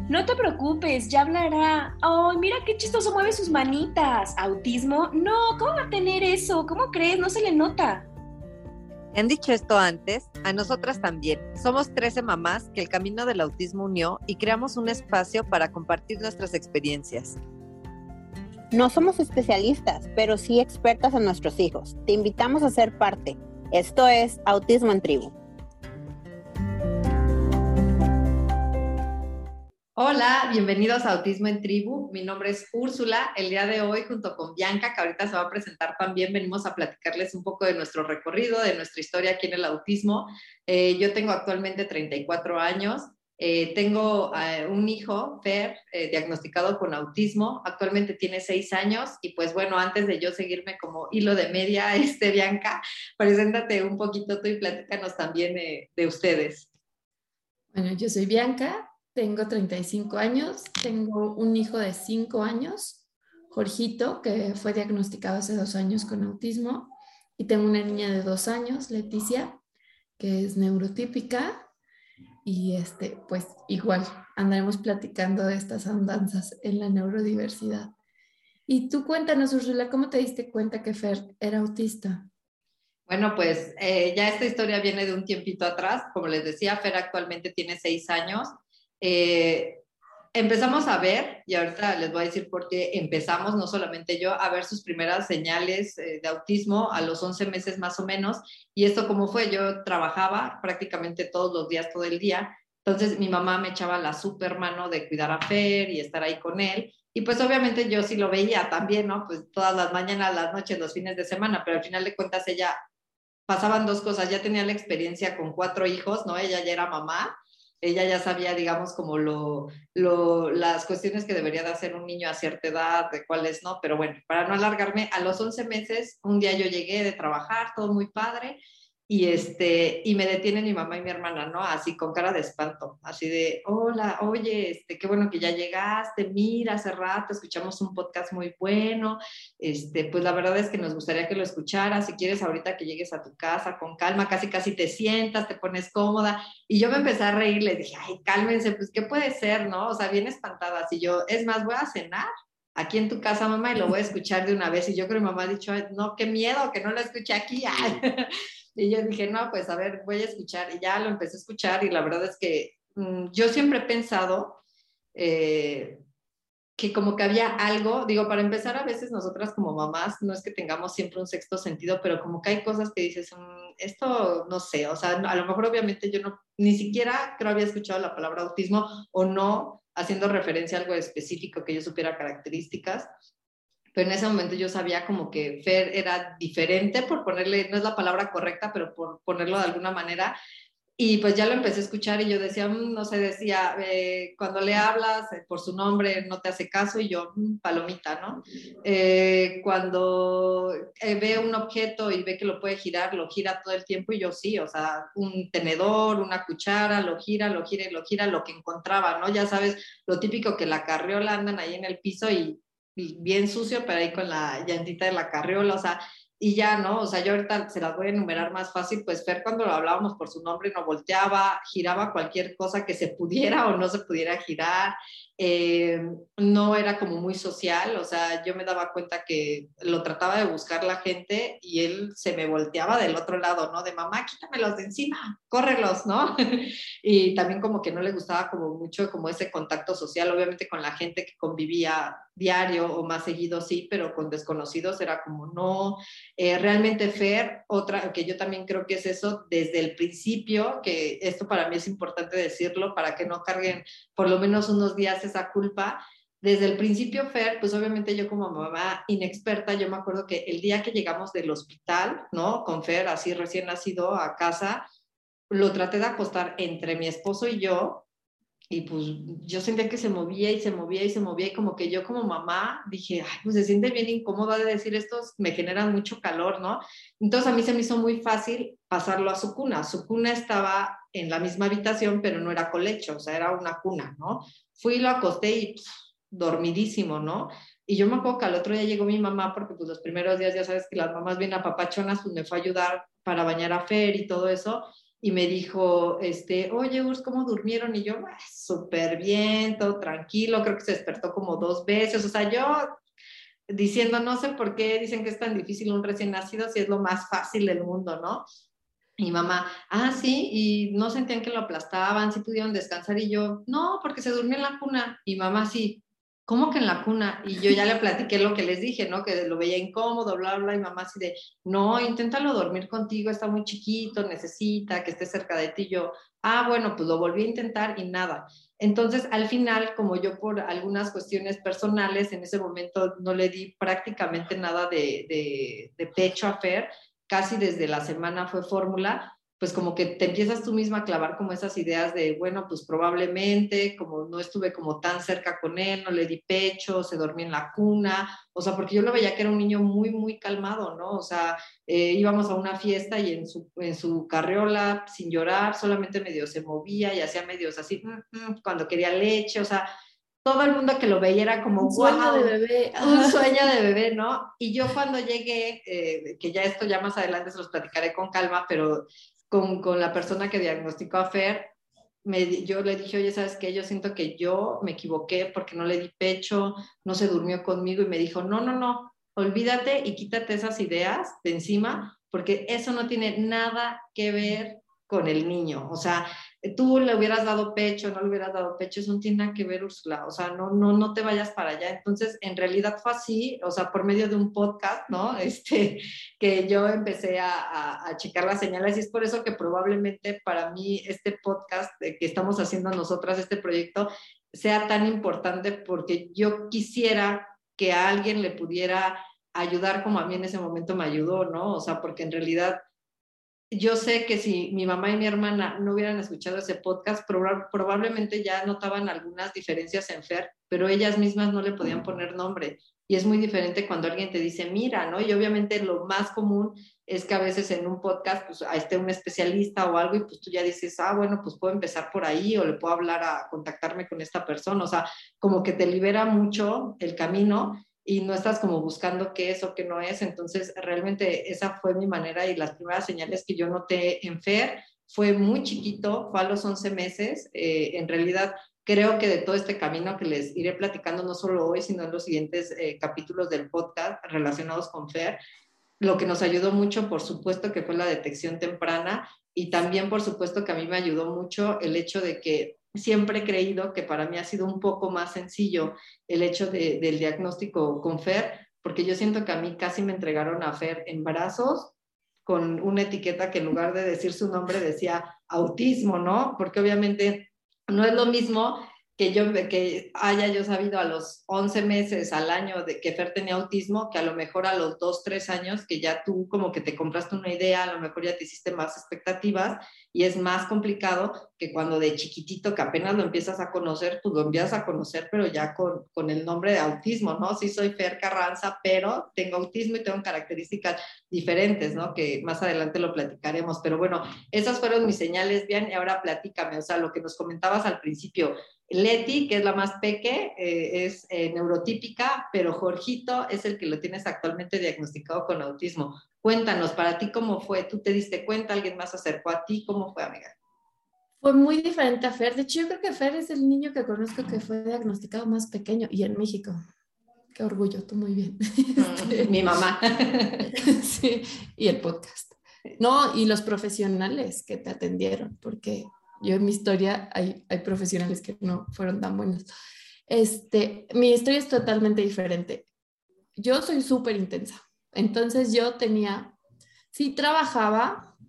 No te preocupes, ya hablará. ¡Ay, mira qué chistoso mueve sus manitas! ¿Autismo? No, ¿cómo va a tener eso? ¿Cómo crees? No se le nota. ¿Te han dicho esto antes? A nosotras también. Somos 13 mamás que el camino del autismo unió y creamos un espacio para compartir nuestras experiencias. No somos especialistas, pero sí expertas en nuestros hijos. Te invitamos a ser parte. Esto es Autismo en Tribu. Hola, bienvenidos a Autismo en Tribu. Mi nombre es Úrsula. El día de hoy, junto con Bianca, que ahorita se va a presentar también, venimos a platicarles un poco de nuestro recorrido, de nuestra historia aquí en el autismo. Yo tengo actualmente 34 años. Tengo un hijo, Fer, diagnosticado con autismo. Actualmente tiene 6 años. Y pues bueno, antes de yo seguirme como hilo de media, Bianca, preséntate un poquito tú y platícanos también de ustedes. Bueno, yo soy Bianca, tengo 35 años, tengo un hijo de 5 años, Jorgito, que fue diagnosticado hace 2 años con autismo, y tengo una niña de 2 años, Leticia, que es neurotípica, y pues igual andaremos platicando de estas andanzas en la neurodiversidad. Y tú cuéntanos, Úrsula, ¿cómo te diste cuenta que Fer era autista? Bueno, pues ya esta historia viene de un tiempito atrás. Como les decía, Fer actualmente tiene 6 años. Eh, Empezamos a ver, y ahorita les voy a decir por qué empezamos, no solamente yo, a ver sus primeras señales de autismo a los 11 meses más o menos. Y esto cómo fue, yo trabajaba prácticamente todos los días, todo el día. Entonces mi mamá me echaba la super mano de cuidar a Fer y estar ahí con él. Y pues obviamente yo sí lo veía también, ¿no? Pues todas las mañanas, las noches, los fines de semana, pero al final de cuentas ella pasaban dos cosas, ya tenía la experiencia con 4 hijos, ¿no? Ella ya era mamá, ella ya sabía, digamos, como las cuestiones que debería de hacer un niño a cierta edad, de cuáles no, pero bueno, para no alargarme, a los 11 meses, un día yo llegué de trabajar, todo muy padre, y me detienen mi mamá y mi hermana, ¿no? Así con cara de espanto, así de, hola, oye, qué bueno que ya llegaste, mira, hace rato escuchamos un podcast muy bueno, pues la verdad es que nos gustaría que lo escucharas, si quieres ahorita que llegues a tu casa con calma, casi casi te sientas, te pones cómoda, y yo me empecé a reír, les dije, ay, cálmense, pues qué puede ser, ¿no? O sea, bien espantada, y yo, es más, voy a cenar aquí en tu casa, mamá, y lo voy a escuchar de una vez, y yo creo que mi mamá ha dicho, no, qué miedo, que no lo escuché aquí, ay. Y yo dije, no, pues a ver, voy a escuchar, y ya lo empecé a escuchar, y la verdad es que yo siempre he pensado, que como que había algo, digo, para empezar, a veces nosotras como mamás, no es que tengamos siempre un sexto sentido, pero como que hay cosas que dices, esto no sé, o sea, a lo mejor obviamente yo no, ni siquiera creo había escuchado la palabra autismo o no, haciendo referencia a algo específico que yo supiera características, pero en ese momento yo sabía como que Fer era diferente, por ponerle, no es la palabra correcta, pero por ponerlo de alguna manera, y pues ya lo empecé a escuchar y yo decía, no sé, decía, cuando le hablas por su nombre no te hace caso y yo, palomita, ¿no? Cuando ve un objeto y ve que lo puede girar, lo gira todo el tiempo y yo sí, o sea, un tenedor, una cuchara, lo gira, lo gira y lo gira, lo que encontraba, ¿no? Ya sabes, lo típico que la carriola andan ahí en el piso y bien sucio, pero ahí con la llantita de la carriola, o sea, y ya, ¿no? O sea, yo ahorita se las voy a enumerar más fácil, pues Fer cuando lo hablábamos por su nombre no volteaba, giraba cualquier cosa que se pudiera o no se pudiera girar, eh, no era como muy social, o sea, yo me daba cuenta que lo trataba de buscar la gente y él se me volteaba del otro lado, ¿no? De mamá, quítamelos de encima, córrelos, ¿no? Y también como que no le gustaba como mucho como ese contacto social, obviamente con la gente que convivía diario o más seguido, sí, pero con desconocidos era como no. Realmente Fer, otra que yo también creo que es eso desde el principio, que esto para mí es importante decirlo para que no carguen por lo menos unos días esa culpa. Desde el principio Fer, pues obviamente yo como mamá inexperta, yo me acuerdo que el día que llegamos del hospital, ¿no? Con Fer, así recién nacido a casa, lo traté de acostar entre mi esposo y yo, y pues yo sentía que se movía y se movía y se movía y como que yo como mamá dije, ay, pues se siente bien incómoda de decir esto, me genera mucho calor, ¿no? Entonces a mí se me hizo muy fácil pasarlo a su cuna. Su cuna estaba en la misma habitación, pero no era colecho, o sea, era una cuna, ¿no? Fui y lo acosté y dormidísimo, ¿no? Y yo me acuerdo que al otro día llegó mi mamá, porque pues los primeros días ya sabes que las mamás bien apapachonas, pues me fue a ayudar para bañar a Fer y todo eso. y me dijo, oye, Urs, ¿cómo durmieron? Y yo, súper bien, todo tranquilo, creo que se despertó como 2 veces, o sea, yo diciendo, no sé por qué dicen que es tan difícil un recién nacido si es lo más fácil del mundo, ¿no? Y mi mamá, sí, y no sentían que lo aplastaban, sí pudieron descansar, y yo, no, porque se durmió en la cuna. Y mamá, sí, ¿cómo que en la cuna? Y yo ya le platiqué lo que les dije, ¿no? Que lo veía incómodo, bla, bla, y mamá así de, no, inténtalo dormir contigo, está muy chiquito, necesita que esté cerca de ti. Y yo, bueno, pues lo volví a intentar y nada. Entonces, al final, como yo por algunas cuestiones personales, en ese momento no le di prácticamente nada de pecho a Fer, casi desde la semana fue fórmula, pues como que te empiezas tú misma a clavar como esas ideas de, bueno, pues probablemente, como no estuve como tan cerca con él, no le di pecho, se dormía en la cuna, o sea, porque yo lo veía que era un niño muy, muy calmado, ¿no? O sea, íbamos a una fiesta y en su carriola, sin llorar, solamente medio se movía y hacía medios así, cuando quería leche, o sea, todo el mundo que lo veía era como, Un sueño de wow, bebé. un sueño de bebé, ¿no? Y yo cuando llegué, que ya esto ya más adelante se los platicaré con calma, pero con la persona que diagnosticó a Fer, yo le dije, oye, ¿sabes qué? Yo siento que yo me equivoqué porque no le di pecho, no se durmió conmigo, y me dijo, no, no, no, olvídate y quítate esas ideas de encima, porque eso no tiene nada que ver con el niño. O sea, tú le hubieras dado pecho, no le hubieras dado pecho, eso no tiene nada que ver, Úrsula, o sea, no, no, no te vayas para allá. Entonces, en realidad fue así, o sea, por medio de un podcast, ¿no? Que yo empecé a checar las señales, y es por eso que probablemente para mí este podcast que estamos haciendo nosotras, este proyecto, sea tan importante, porque yo quisiera que a alguien le pudiera ayudar como a mí en ese momento me ayudó, ¿no? O sea, porque en realidad yo sé que si mi mamá y mi hermana no hubieran escuchado ese podcast, probablemente ya notaban algunas diferencias en Fer, pero ellas mismas no le podían poner nombre. Y es muy diferente cuando alguien te dice, mira, ¿no? Y obviamente lo más común es que a veces en un podcast pues esté un especialista o algo, y pues tú ya dices, bueno, pues puedo empezar por ahí, o le puedo hablar a contactarme con esta persona. O sea, como que te libera mucho el camino y no estás como buscando qué es o qué no es. Entonces, realmente esa fue mi manera, y las primeras señales que yo noté en Fer fue muy chiquito, fue a los 11 meses. En realidad, creo que de todo este camino que les iré platicando, no solo hoy, sino en los siguientes capítulos del podcast relacionados con Fer, lo que nos ayudó mucho, por supuesto, que fue la detección temprana, y también, por supuesto, que a mí me ayudó mucho el hecho de que siempre he creído que para mí ha sido un poco más sencillo el hecho del diagnóstico con Fer, porque yo siento que a mí casi me entregaron a Fer en brazos con una etiqueta que en lugar de decir su nombre decía autismo, ¿no? Porque obviamente no es lo mismo que haya yo sabido a los 11 meses, al año, de que Fer tenía autismo, que a lo mejor a los 2, 3 años, que ya tú como que te compraste una idea, a lo mejor ya te hiciste más expectativas, y es más complicado que cuando de chiquitito, que apenas lo empiezas a conocer, pues lo empiezas a conocer, pero ya con el nombre de autismo, ¿no? Sí, soy Fer Carranza, pero tengo autismo y tengo características diferentes, ¿no? Que más adelante lo platicaremos. Pero bueno, esas fueron mis señales, bien, y ahora platícame, o sea, lo que nos comentabas al principio. Leti, que es la más peque, es neurotípica, pero Jorgito es el que lo tienes actualmente diagnosticado con autismo. Cuéntanos, para ti, ¿cómo fue? ¿Tú te diste cuenta? ¿Alguien más se acercó a ti? ¿Cómo fue, amiga? Fue muy diferente a Fer. De hecho, yo creo que Fer es el niño que conozco que fue diagnosticado más pequeño, y en México. Qué orgullo, tú muy bien. Mi mamá. Sí, y el podcast. No, y los profesionales que te atendieron, porque yo en mi historia hay profesionales que no fueron tan buenos. Mi historia es totalmente diferente. Yo soy súper intensa. Entonces yo sí trabajaba,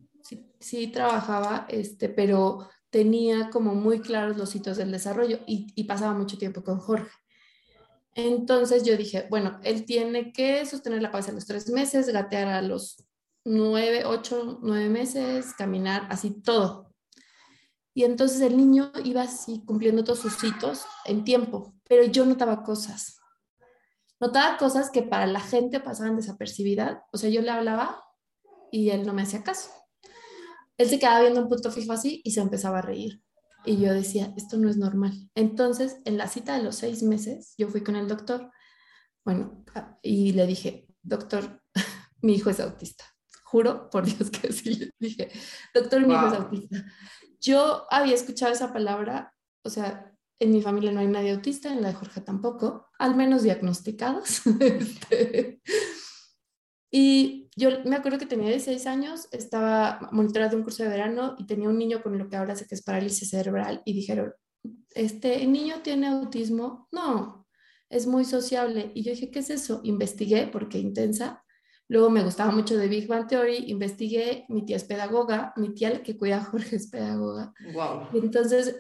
pero tenía como muy claros los hitos del desarrollo, y pasaba mucho tiempo con Jorge. Entonces yo dije, bueno, él tiene que sostener la cabeza a los 3 meses, gatear a los 9, 8, 9 meses, caminar, así todo. Y entonces el niño iba así cumpliendo todos sus hitos en tiempo, pero yo notaba cosas. Notaba cosas que para la gente pasaban desapercibidas. O sea, yo le hablaba y él no me hacía caso. Él se quedaba viendo un punto fijo así y se empezaba a reír. Y yo decía, esto no es normal. Entonces, en la cita de los 6 meses, yo fui con el doctor, bueno, y le dije, doctor, mi hijo es autista. juro por Dios que sí le dije, doctor, mi hijo es Wow. autista. Yo había escuchado esa palabra, o sea, en mi familia no hay nadie autista, en la de Jorge tampoco, al menos diagnosticados. Y yo me acuerdo que tenía 16 años, estaba monitora de un curso de verano y tenía un niño con lo que ahora sé que es parálisis cerebral y dijeron, ¿este niño tiene autismo? No, es muy sociable. Y yo dije, ¿qué es eso? Investigué porque intensa. Luego me gustaba mucho de Big Bang Theory, investigué, mi tía es pedagoga, mi tía que cuida a Jorge es pedagoga. Wow. Y entonces,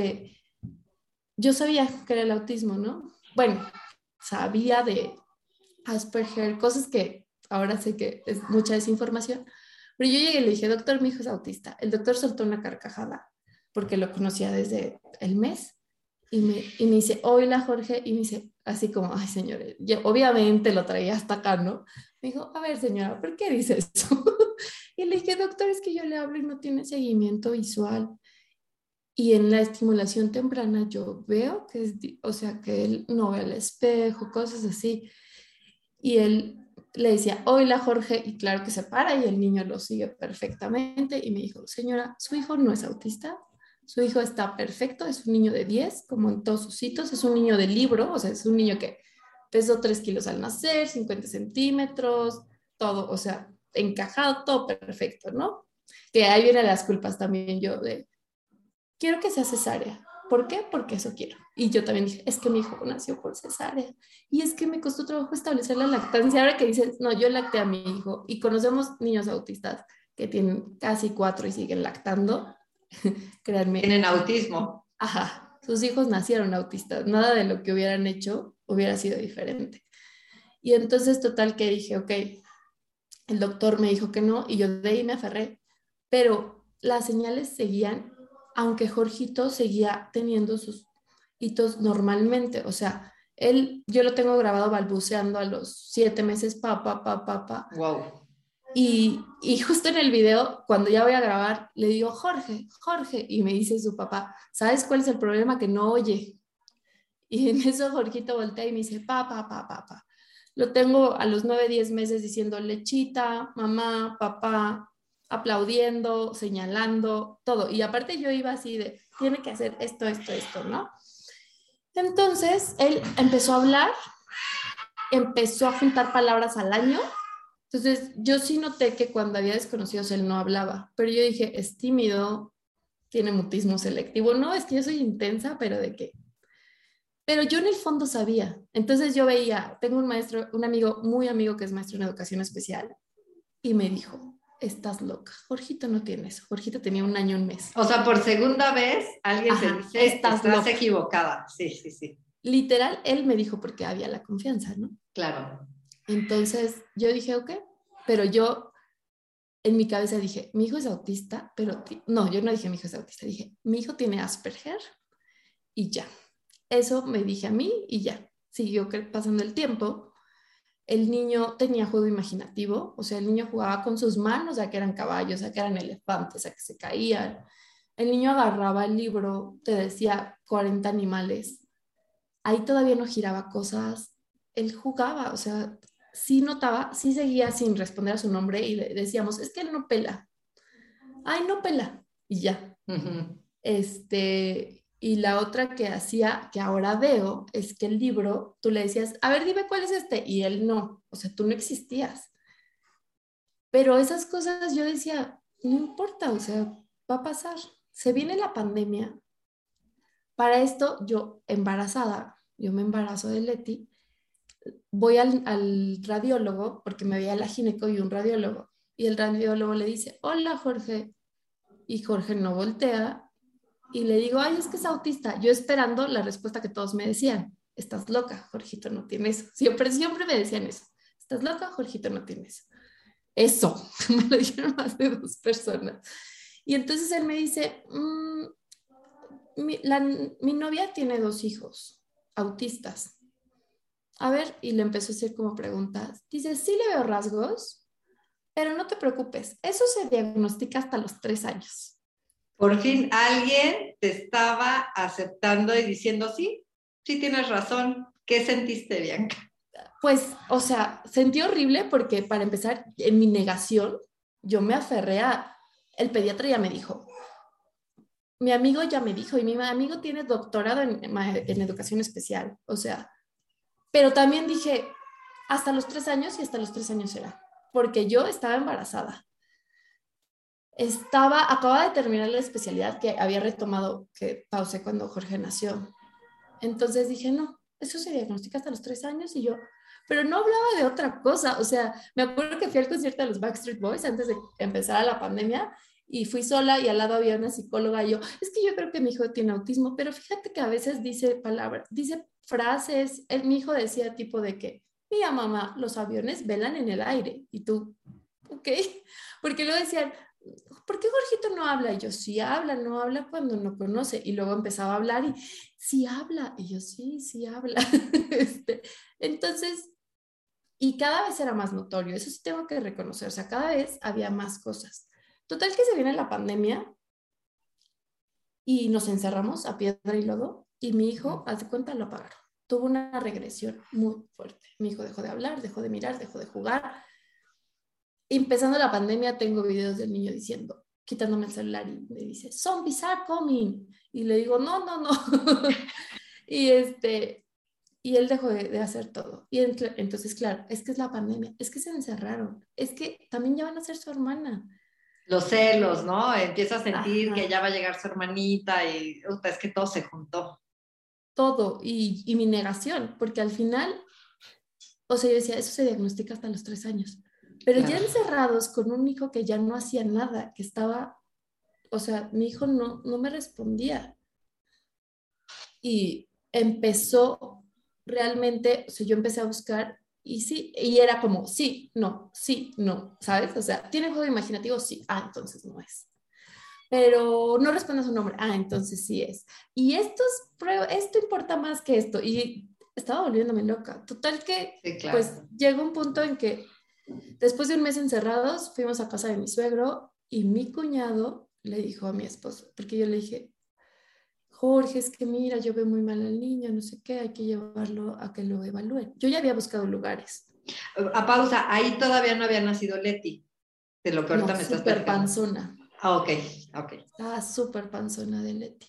yo sabía que era el autismo, ¿no? Bueno, sabía de Asperger, cosas que ahora sé que es mucha desinformación, pero yo llegué y le dije, doctor, mi hijo es autista. El doctor soltó una carcajada porque lo conocía desde el mes y me dice, hola Jorge, y me dice, así como, ay señores, yo obviamente lo traía hasta acá, ¿no? Me dijo, a ver señora, ¿por qué dice eso? Y le dije, doctor, es que yo le hablo y no tiene seguimiento visual. Y en la estimulación temprana yo veo que es, o sea, que él no ve al espejo, cosas así. Y él le decía, hola Jorge, y claro que se para y el niño lo sigue perfectamente. Y me dijo, señora, su hijo no es autista, su hijo está perfecto, es un niño de 10 como en todos sus hitos, es un niño de libro, o sea, es un niño que pesó 3 kilos al nacer, 50 centímetros, todo, o sea, encajado, todo perfecto, ¿no? Que ahí vienen las culpas también yo de, quiero que sea cesárea. ¿Por qué? Porque eso quiero. Y yo también dije, es que mi hijo nació por cesárea. Y es que me costó trabajo establecer la lactancia. Ahora que dices, no, yo lacté a mi hijo. Y conocemos niños autistas que tienen casi 4 y siguen lactando. Créanme, Tienen autismo. ajá, sus hijos nacieron autistas. Nada de lo que hubieran hecho hubiera sido diferente. Y entonces, total, que dije, ok, el doctor me dijo que no. Y yo de ahí me aferré. Pero las señales seguían, aunque Jorgito seguía teniendo sus hitos normalmente. O sea, yo lo tengo grabado balbuceando a los 7 meses, pa. Wow. Y justo en el video, cuando ya voy a grabar, le digo, Jorge, y me dice su papá, ¿sabes cuál es el problema? Que no oye. Y en eso Jorgito voltea y me dice, pa. Lo tengo a los 9, 10 meses diciendo lechita, mamá, papá, aplaudiendo, señalando, todo. Y aparte yo iba así de, tiene que hacer esto, ¿no? Entonces él empezó a hablar, empezó a juntar palabras al año. Entonces yo sí noté que cuando había desconocidos él no hablaba, pero yo dije, es tímido, tiene mutismo selectivo. No, es que yo soy intensa, pero ¿de qué? Pero yo en el fondo sabía. Entonces yo veía, tengo un maestro, un amigo, muy amigo que es maestro en educación especial, y me dijo, estás loca, Jorgito no tiene eso. Jorgito tenía 1 año, 1 mes. O sea, por segunda vez alguien te Ajá, dice, estás loca. equivocada. Sí. Literal, él me dijo porque había la confianza, ¿no? Claro. Entonces yo dije, ok, pero yo en mi cabeza dije, mi hijo es autista, pero no, yo no dije mi hijo es autista, dije, mi hijo tiene Asperger y ya. Eso me dije a mí y ya. Siguió pasando el tiempo. El niño tenía juego imaginativo, o sea, el niño jugaba con sus manos, a que eran caballos, a que eran elefantes, a que se caían. El niño agarraba el libro, te decía 40 animales. Ahí todavía no giraba cosas. Él jugaba, o sea, sí notaba, sí seguía sin responder a su nombre y le decíamos, es que él no pela. Ay, no pela. Y ya. Uh-huh. Y la otra que hacía, que ahora veo, es que el libro, tú le decías, a ver, dime cuál es este, y él no, o sea, tú no existías. Pero esas cosas yo decía, no importa, o sea, va a pasar. Se viene la pandemia. Para esto, yo embarazada, yo me embarazo de Leti, voy al radiólogo, porque me veía la gineco y un radiólogo, y el radiólogo le dice, hola Jorge, y Jorge no voltea. Y le digo, ay, es que es autista. Yo esperando la respuesta que todos me decían. Estás loca, Jorgito no tiene eso. Siempre me decían eso. Estás loca, Jorgito no tiene eso. Eso, me lo dijeron más de 2 personas. Y entonces él me dice, mi novia tiene 2 hijos autistas. A ver, y le empezó a hacer como preguntas. Dice, sí le veo rasgos, pero no te preocupes. Eso se diagnostica hasta los 3 años. Por fin alguien te estaba aceptando y diciendo, sí tienes razón. ¿Qué sentiste, Bianca? Pues, o sea, sentí horrible porque para empezar, en mi negación, yo me aferré a... El pediatra ya me dijo, mi amigo ya me dijo, y mi amigo tiene doctorado en educación especial, o sea, pero también dije, hasta los 3 años y hasta los 3 años será, porque yo estaba embarazada. Acababa de terminar la especialidad que había retomado, que pausé cuando Jorge nació. Entonces dije, no, eso se diagnostica hasta los 3 años y yo, pero no hablaba de otra cosa. O sea, me acuerdo que fui al concierto de los Backstreet Boys antes de empezar la pandemia y fui sola y al lado había una psicóloga y yo, es que yo creo que mi hijo tiene autismo, pero fíjate que a veces dice palabras, dice frases. Mi hijo decía tipo de que, mira mamá, los aviones vuelan en el aire y tú, ok, porque luego decían, ¿por qué Jorgito no habla? Y yo, sí habla, no habla cuando no conoce. Y luego empezaba a hablar y, sí habla. Y yo, sí, sí habla. Entonces, y cada vez era más notorio, eso sí tengo que reconocer, o sea, cada vez había más cosas. Total que se viene la pandemia y nos encerramos a piedra y lodo y mi hijo, haz de cuenta, lo apagaron. Tuvo una regresión muy fuerte. Mi hijo dejó de hablar, dejó de mirar, dejó de jugar. Empezando la pandemia tengo videos del niño diciendo, quitándome el celular y me dice, zombies are coming. Y le digo, no, no, no. y, y él dejó de hacer todo. Y entonces, claro, es que es la pandemia, es que se encerraron, es que también ya van a ser su hermana. Los celos, ¿no? Empieza a sentir Ajá. que ya va a llegar su hermanita y es que todo se juntó. Todo. Y mi negación, porque al final, o sea, yo decía, eso se diagnostica hasta los 3 años. Pero ya Claro. encerrados con un hijo que ya no hacía nada, que estaba, o sea, mi hijo no me respondía. Y empezó realmente, o sea, yo empecé a buscar y sí, y era como sí, no, ¿sabes? O sea, ¿tiene juego imaginativo? Sí, entonces no es. Pero no responde a su nombre, entonces sí es. Y esto importa más que esto. Y estaba volviéndome loca. Total que, Sí, claro. pues, llegó un punto en que después de un mes encerrados, fuimos a casa de mi suegro y mi cuñado le dijo a mi esposo, porque yo le dije, Jorge, es que mira, yo veo muy mal al niño, no sé qué, hay que llevarlo a que lo evalúen. Yo ya había buscado lugares. A pausa, ahí todavía no había nacido Leti, de lo que ahorita No, me estás súper platicando. panzona. Ok, ok. Estaba súper panzona de Leti.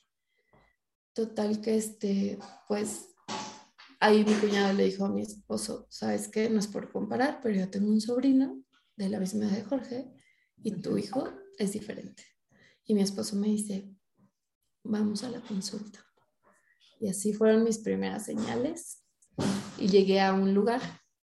Total que pues ahí mi cuñado le dijo a mi esposo, ¿sabes qué? No es por comparar, pero yo tengo un sobrino de la misma edad de Jorge y tu hijo es diferente. Y mi esposo me dice, vamos a la consulta. Y así fueron mis primeras señales y llegué a un lugar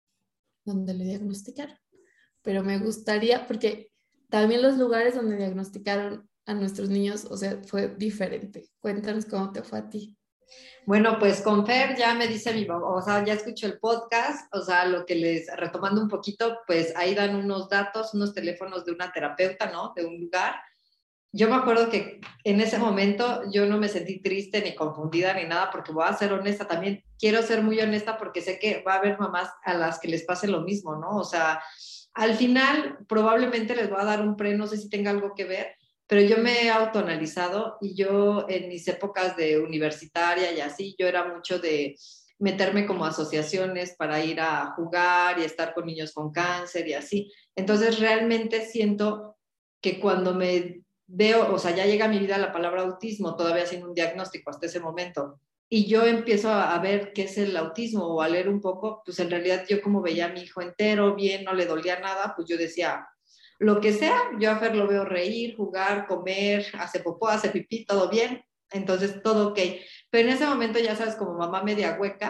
donde le diagnosticaron. Pero me gustaría, porque también los lugares donde diagnosticaron a nuestros niños, o sea, fue diferente. Cuéntanos cómo te fue a ti. Bueno, pues con Fer ya me dice mi mamá, o sea, ya escucho el podcast, o sea, lo que retomando un poquito, pues ahí dan unos datos, unos teléfonos de una terapeuta, ¿no? De un lugar. Yo me acuerdo que en ese momento yo no me sentí triste ni confundida ni nada, porque voy a ser honesta también. Quiero ser muy honesta porque sé que va a haber mamás a las que les pase lo mismo, ¿no? O sea, al final probablemente les voy a dar un no sé si tenga algo que ver, pero yo me he autoanalizado y yo en mis épocas de universitaria y así, yo era mucho de meterme como asociaciones para ir a jugar y estar con niños con cáncer y así. Entonces realmente siento que cuando me veo, o sea, ya llega a mi vida la palabra autismo, todavía sin un diagnóstico hasta ese momento, y yo empiezo a ver qué es el autismo o a leer un poco, pues en realidad yo como veía a mi hijo entero, bien, no le dolía nada, pues yo decía, lo que sea, yo a Fer lo veo reír, jugar, comer, hace popó, hace pipí, todo bien, entonces todo ok. Pero en ese momento, ya sabes, como mamá media hueca,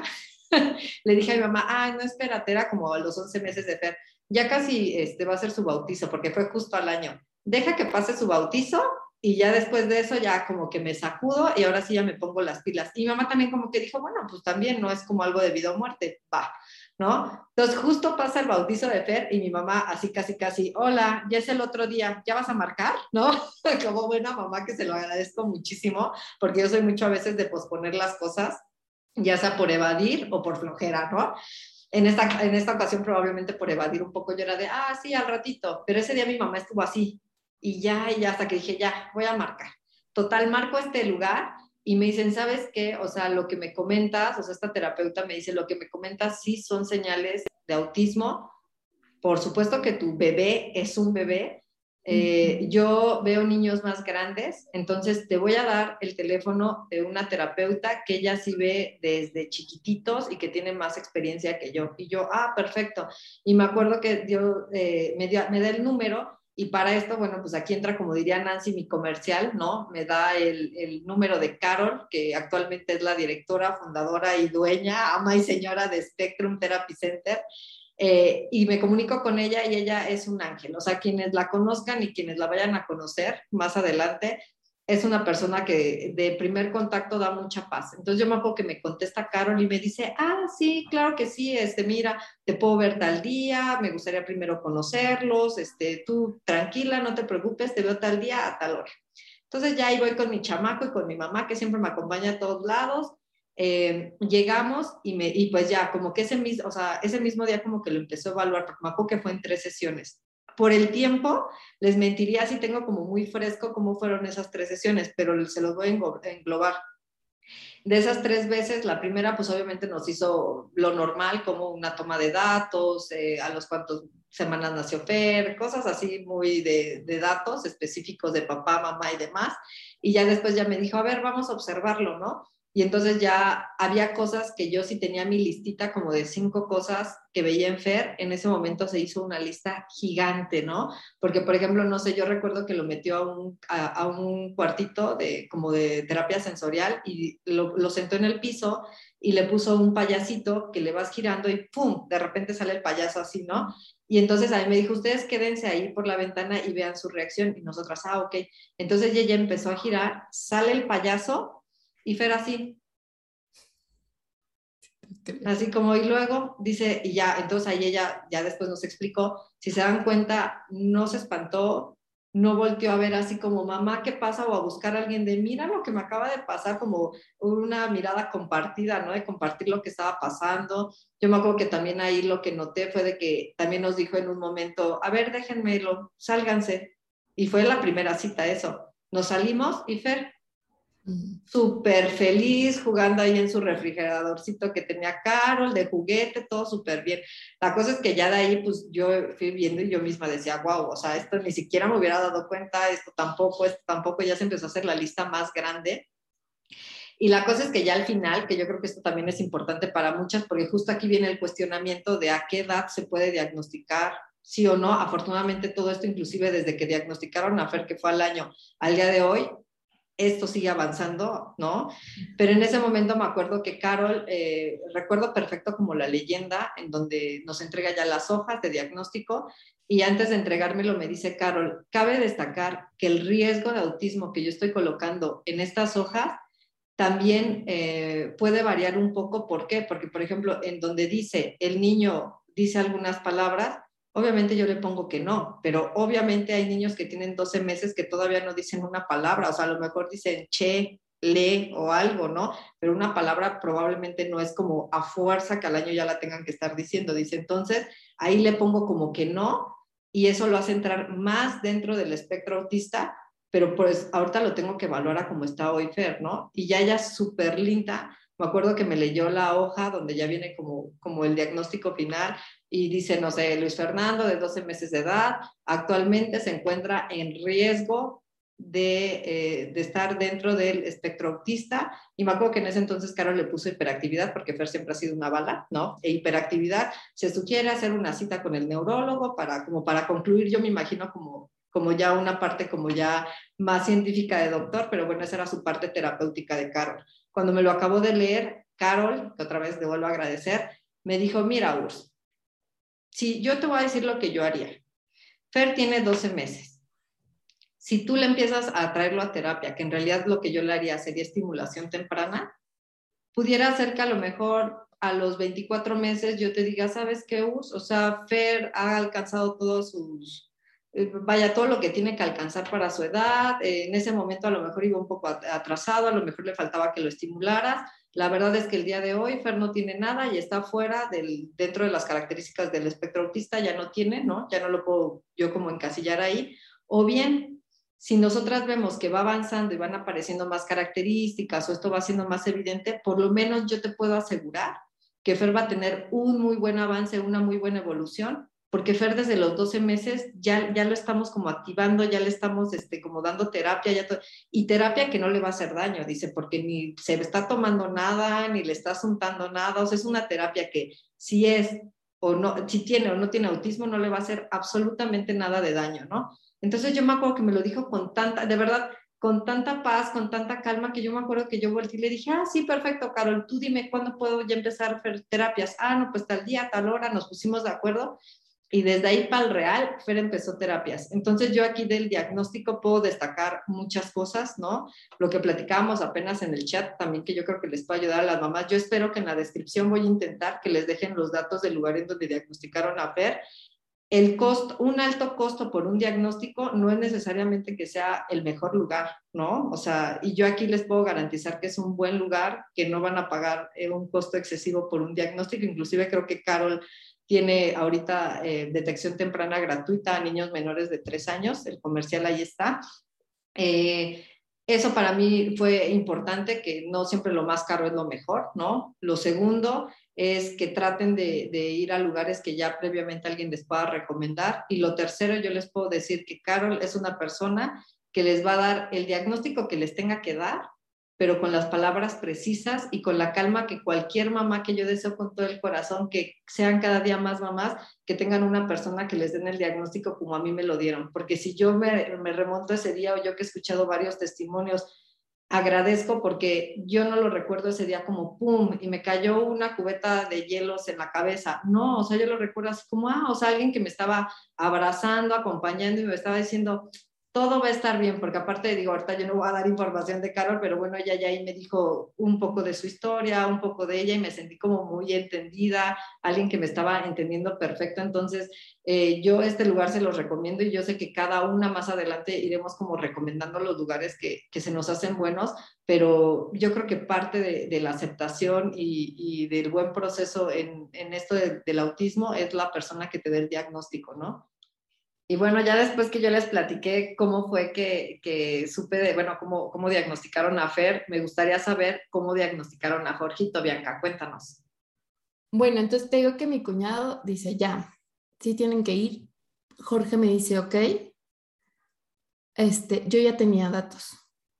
le dije a mi mamá, no, espérate, era como a los 11 meses de Fer, ya casi va a ser su bautizo, porque fue justo al año. Deja que pase su bautizo y ya después de eso ya como que me sacudo y ahora sí ya me pongo las pilas. Y mi mamá también como que dijo, bueno, pues también no es como algo de vida o muerte, va, ¿no? Entonces justo pasa el bautizo de Fer y mi mamá así casi, hola, ya es el otro día, ¿ya vas a marcar? ¿No? Como buena mamá que se lo agradezco muchísimo, porque yo soy mucho a veces de posponer las cosas, ya sea por evadir o por flojera, ¿no? En esta ocasión probablemente por evadir un poco yo era de, sí, al ratito, pero ese día mi mamá estuvo así y ya hasta que dije, ya, voy a marcar. Total, marco este lugar y me dicen, ¿sabes qué? O sea, lo que me comentas, o sea, esta terapeuta me dice, lo que me comentas sí son señales de autismo. Por supuesto que tu bebé es un bebé, Yo veo niños más grandes, entonces te voy a dar el teléfono de una terapeuta que ella sí ve desde chiquititos y que tiene más experiencia que yo. Y yo, perfecto. Y me acuerdo que me da el número y para esto, bueno, pues aquí entra, como diría Nancy, mi comercial, ¿no? Me da el número de Carol, que actualmente es la directora, fundadora y dueña, ama y señora de Spectrum Therapy Center. Y me comunico con ella y ella es un ángel, o sea, quienes la conozcan y quienes la vayan a conocer más adelante, es una persona que de primer contacto da mucha paz. Entonces yo me acuerdo que me contesta Carol y me dice, sí, claro que sí, mira, te puedo ver tal día, me gustaría primero conocerlos, tú tranquila, no te preocupes, te veo tal día a tal hora. Entonces ya ahí voy con mi chamaco y con mi mamá, que siempre me acompaña a todos lados. Llegamos y pues ya, como que ese mismo día como que lo empezó a evaluar, porque me acuerdo que fue en 3 sesiones. Por el tiempo, les mentiría si tengo como muy fresco cómo fueron esas 3 sesiones, pero se los voy a englobar. De esas 3 veces, la primera pues obviamente nos hizo lo normal, como una toma de datos, a los cuantos semanas nació Fer, cosas así muy de datos específicos de papá, mamá y demás. Y ya después ya me dijo, a ver, vamos a observarlo, ¿no? Y entonces ya había cosas que yo sí tenía mi listita como de 5 cosas que veía en Fer. En ese momento se hizo una lista gigante, ¿no? Porque, por ejemplo, no sé, yo recuerdo que lo metió a un cuartito como de terapia sensorial y lo sentó en el piso y le puso un payasito que le vas girando y ¡pum! De repente sale el payaso así, ¿no? Y entonces a mí me dijo, ustedes quédense ahí por la ventana y vean su reacción. Y nosotras, ok. Entonces ella empezó a girar, sale el payaso y Fer así como, y luego dice, y ya, entonces ahí ella ya después nos explicó, si se dan cuenta, no se espantó, no volteó a ver así como, mamá, ¿qué pasa? O a buscar a alguien de, mira lo que me acaba de pasar, como una mirada compartida, ¿no? De compartir lo que estaba pasando. Yo me acuerdo que también ahí lo que noté fue de que también nos dijo en un momento, a ver, déjenmelo, sálganse. Y fue la primera cita eso. Nos salimos y Fer, súper feliz jugando ahí en su refrigeradorcito que tenía Carol, de juguete, todo súper bien. La cosa es que ya de ahí, pues yo fui viendo y yo misma decía, wow, o sea, esto esto tampoco, ya se empezó a hacer la lista más grande. Y la cosa es que ya al final, que yo creo que esto también es importante para muchas, porque justo aquí viene el cuestionamiento de a qué edad se puede diagnosticar, sí o no. Afortunadamente todo esto, inclusive desde que diagnosticaron a Fer, que fue al día de hoy, esto sigue avanzando, ¿no? Pero en ese momento me acuerdo que Carol, recuerdo perfecto como la leyenda en donde nos entrega ya las hojas de diagnóstico y antes de entregármelo me dice Carol, cabe destacar que el riesgo de autismo que yo estoy colocando en estas hojas también puede variar un poco. ¿Por qué? Porque, por ejemplo, en donde dice el niño dice algunas palabras, obviamente yo le pongo que no, pero obviamente hay niños que tienen 12 meses que todavía no dicen una palabra, o sea, a lo mejor dicen che, le o algo, ¿no? Pero una palabra probablemente no es como a fuerza que al año ya la tengan que estar diciendo. Dice, entonces, ahí le pongo como que no, y eso lo hace entrar más dentro del espectro autista, pero pues ahorita lo tengo que evaluar a cómo está hoy Fer, ¿no? Y ya ella súper linda, me acuerdo que me leyó la hoja donde ya viene como el diagnóstico final y dice, no sé, Luis Fernando, de 12 meses de edad, actualmente se encuentra en riesgo de estar dentro del espectro autista. Y me acuerdo que en ese entonces Carol le puso hiperactividad, porque Fer siempre ha sido una bala, ¿no? E hiperactividad, se sugiere hacer una cita con el neurólogo como para concluir, yo me imagino como ya una parte como ya más científica de doctor, pero bueno, esa era su parte terapéutica de Carol. Cuando me lo acabó de leer, Carol, que otra vez le vuelvo a agradecer, me dijo, mira, Urs, si yo te voy a decir lo que yo haría. Fer tiene 12 meses. Si tú le empiezas a traerlo a terapia, que en realidad lo que yo le haría sería estimulación temprana, pudiera ser que a lo mejor a los 24 meses yo te diga, ¿sabes qué, Urs? O sea, Fer ha alcanzado todos todo lo que tiene que alcanzar para su edad. En ese momento a lo mejor iba un poco atrasado, a lo mejor le faltaba que lo estimularas. La verdad es que el día de hoy Fer no tiene nada y está fuera dentro de las características del espectro autista, ya no tiene, ¿no? Ya no lo puedo yo como encasillar ahí. O bien, si nosotras vemos que va avanzando y van apareciendo más características o esto va siendo más evidente, por lo menos yo te puedo asegurar que Fer va a tener un muy buen avance, una muy buena evolución porque Fer desde los 12 meses ya lo estamos como activando, ya le estamos como dando terapia, y terapia que no le va a hacer daño, dice, porque ni se está tomando nada, ni le está untando nada, o sea, es una terapia que si es o no, si tiene o no tiene autismo, no le va a hacer absolutamente nada de daño, ¿no? Entonces yo me acuerdo que me lo dijo con tanta, de verdad, con tanta paz, con tanta calma, que yo me acuerdo que yo volteé y le dije, sí, perfecto, Carol, tú dime cuándo puedo ya empezar a hacer terapias. No, pues tal día, tal hora, nos pusimos de acuerdo. Y desde ahí para el real, Fer empezó terapias. Entonces yo aquí del diagnóstico puedo destacar muchas cosas, ¿no? Lo que platicábamos apenas en el chat también, que yo creo que les puede ayudar a las mamás. Yo espero que en la descripción voy a intentar que les dejen los datos del lugar en donde diagnosticaron a Fer. El costo, un alto costo por un diagnóstico no es necesariamente que sea el mejor lugar, ¿no? O sea, y yo aquí les puedo garantizar que es un buen lugar, que no van a pagar un costo excesivo por un diagnóstico. Inclusive creo que Carol tiene ahorita detección temprana gratuita a niños menores de 3 años, el comercial ahí está. Eso para mí fue importante, que no siempre lo más caro es lo mejor, ¿no? Lo segundo es que traten de ir a lugares que ya previamente alguien les pueda recomendar. Y lo tercero, yo les puedo decir que Carol es una persona que les va a dar el diagnóstico que les tenga que dar, pero con las palabras precisas y con la calma que cualquier mamá, que yo deseo con todo el corazón, que sean cada día más mamás, que tengan una persona que les den el diagnóstico como a mí me lo dieron. Porque si yo me remonto a ese día, o yo que he escuchado varios testimonios, agradezco, porque yo no lo recuerdo ese día como pum, y me cayó una cubeta de hielos en la cabeza. No, o sea, yo lo recuerdo así como, o sea, alguien que me estaba abrazando, acompañando y me estaba diciendo, todo va a estar bien, porque aparte digo, ahorita yo no voy a dar información de Carol, pero bueno, ella ya ahí me dijo un poco de su historia, un poco de ella, y me sentí como muy entendida, alguien que me estaba entendiendo perfecto. Entonces, yo este lugar se los recomiendo, y yo sé que cada una más adelante iremos como recomendando los lugares que se nos hacen buenos, pero yo creo que parte de la aceptación y del buen proceso en esto del autismo es la persona que te dé el diagnóstico, ¿no? Y bueno, ya después que yo les platiqué cómo fue que supe de, bueno, cómo diagnosticaron a Fer, me gustaría saber cómo diagnosticaron a Jorgito. Bianca, cuéntanos. Bueno, entonces te digo que mi cuñado dice, ya, sí tienen que ir. Jorge me dice, ok, yo ya tenía datos.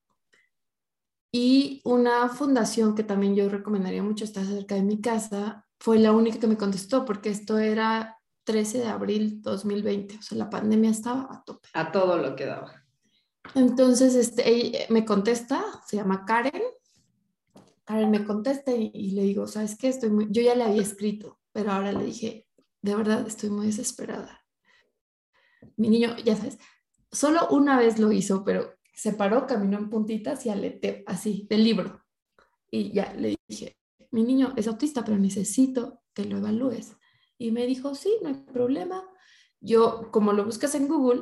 Y una fundación que también yo recomendaría mucho, está cerca de mi casa, fue la única que me contestó, porque esto era 13 de abril 2020, o sea, la pandemia estaba a tope. A todo lo que daba. Entonces, ella me contesta, se llama Karen. Karen me contesta y le digo, ¿sabes qué? Yo ya le había escrito, pero ahora le dije, de verdad, estoy muy desesperada. Mi niño, ya sabes, solo una vez lo hizo, pero se paró, caminó en puntitas y aleteo, así, del libro. Y ya le dije, mi niño es autista, pero necesito que lo evalúes. Y me dijo, sí, no hay problema. Yo, como lo buscas en Google,